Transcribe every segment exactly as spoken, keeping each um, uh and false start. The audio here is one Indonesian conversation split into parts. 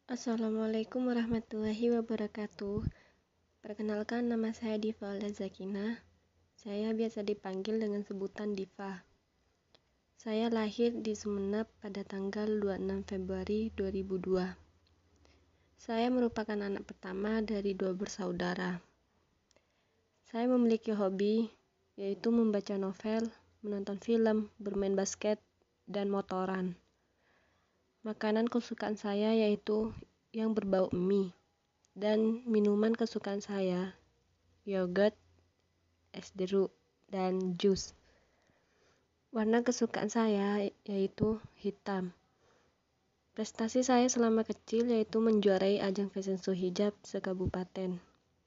Assalamualaikum warahmatullahi wabarakatuh. Perkenalkan, nama saya Diva Zakina. Saya biasa dipanggil dengan sebutan Diva. Saya lahir di Sumeneb pada tanggal dua puluh enam Februari dua ribu dua. Saya merupakan anak pertama dari dua bersaudara. Saya memiliki hobi, yaitu membaca novel, menonton film, bermain basket, dan motoran. Makanan kesukaan saya yaitu yang berbau mie, dan minuman kesukaan saya yogurt, es jeruk, dan jus. Warna kesukaan saya yaitu hitam. Prestasi saya selama kecil yaitu menjuarai ajang fashion show hijab sekabupaten.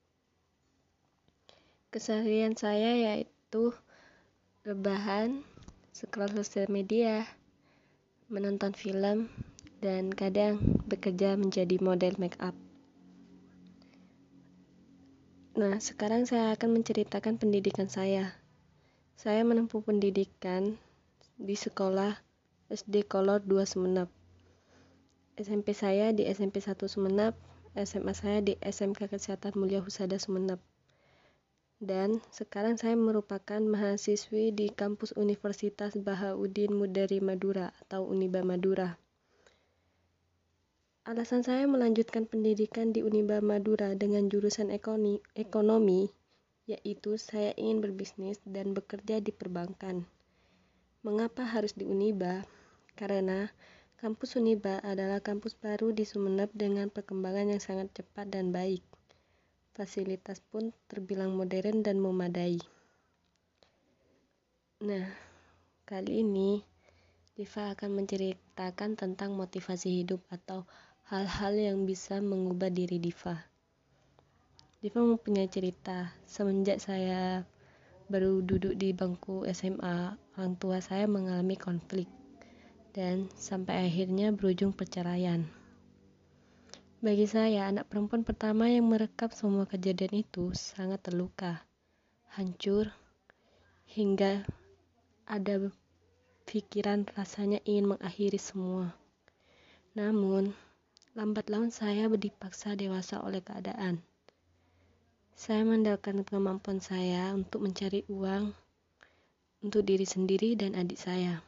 Keseharian saya yaitu rebahan, scroll sosial media, menonton film, dan kadang bekerja menjadi model make up. Nah, sekarang saya akan menceritakan pendidikan saya. Saya menempuh pendidikan di sekolah S D Kolor dua Sumeneb. S M P saya di S M P satu Sumeneb, S M A saya di S M K Kesehatan Mulia Husada Sumeneb. Dan sekarang saya merupakan mahasiswi di kampus Universitas Bahauddin Mudarri Madura atau Uniba Madura. Alasan saya melanjutkan pendidikan di Uniba Madura dengan jurusan ekonomi, ekonomi yaitu saya ingin berbisnis dan bekerja di perbankan. Mengapa harus di Uniba? Karena kampus Uniba adalah kampus baru di Sumeneb dengan perkembangan yang sangat cepat dan baik. Fasilitas pun terbilang modern dan memadai. Nah, kali ini Diva akan menceritakan tentang motivasi hidup atau hal-hal yang bisa mengubah diri Diva. Diva mempunyai cerita. Semenjak saya baru duduk di bangku S M A, orang tua saya mengalami konflik dan sampai akhirnya berujung perceraian. Bagi saya, anak perempuan pertama yang merekam semua kejadian itu sangat terluka, hancur, hingga ada pikiran rasanya ingin mengakhiri semua. Namun, lambat laun saya dipaksa dewasa oleh keadaan. Saya mengandalkan kemampuan saya untuk mencari uang untuk diri sendiri dan adik saya.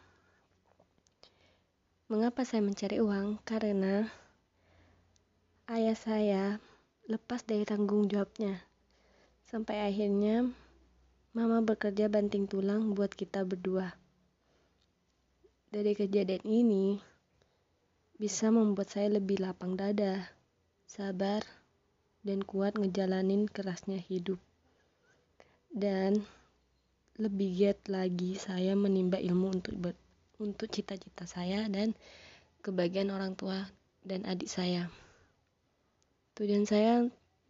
Mengapa saya mencari uang? Karena ayah saya lepas dari tanggung jawabnya. Sampai akhirnya mama bekerja banting tulang buat kita berdua. Dari kejadian ini bisa membuat saya lebih lapang dada, sabar, dan kuat ngejalanin kerasnya hidup. Dan lebih giat lagi saya menimba ilmu untuk ber, untuk cita-cita saya dan kebahagiaan orang tua dan adik saya. Tujuan saya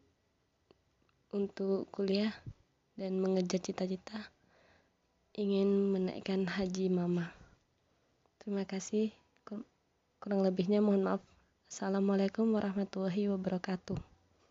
untuk kuliah dan mengejar cita-cita ingin menaikkan haji mama. Terima kasih. Kurang lebihnya mohon maaf. Assalamualaikum warahmatullahi wabarakatuh.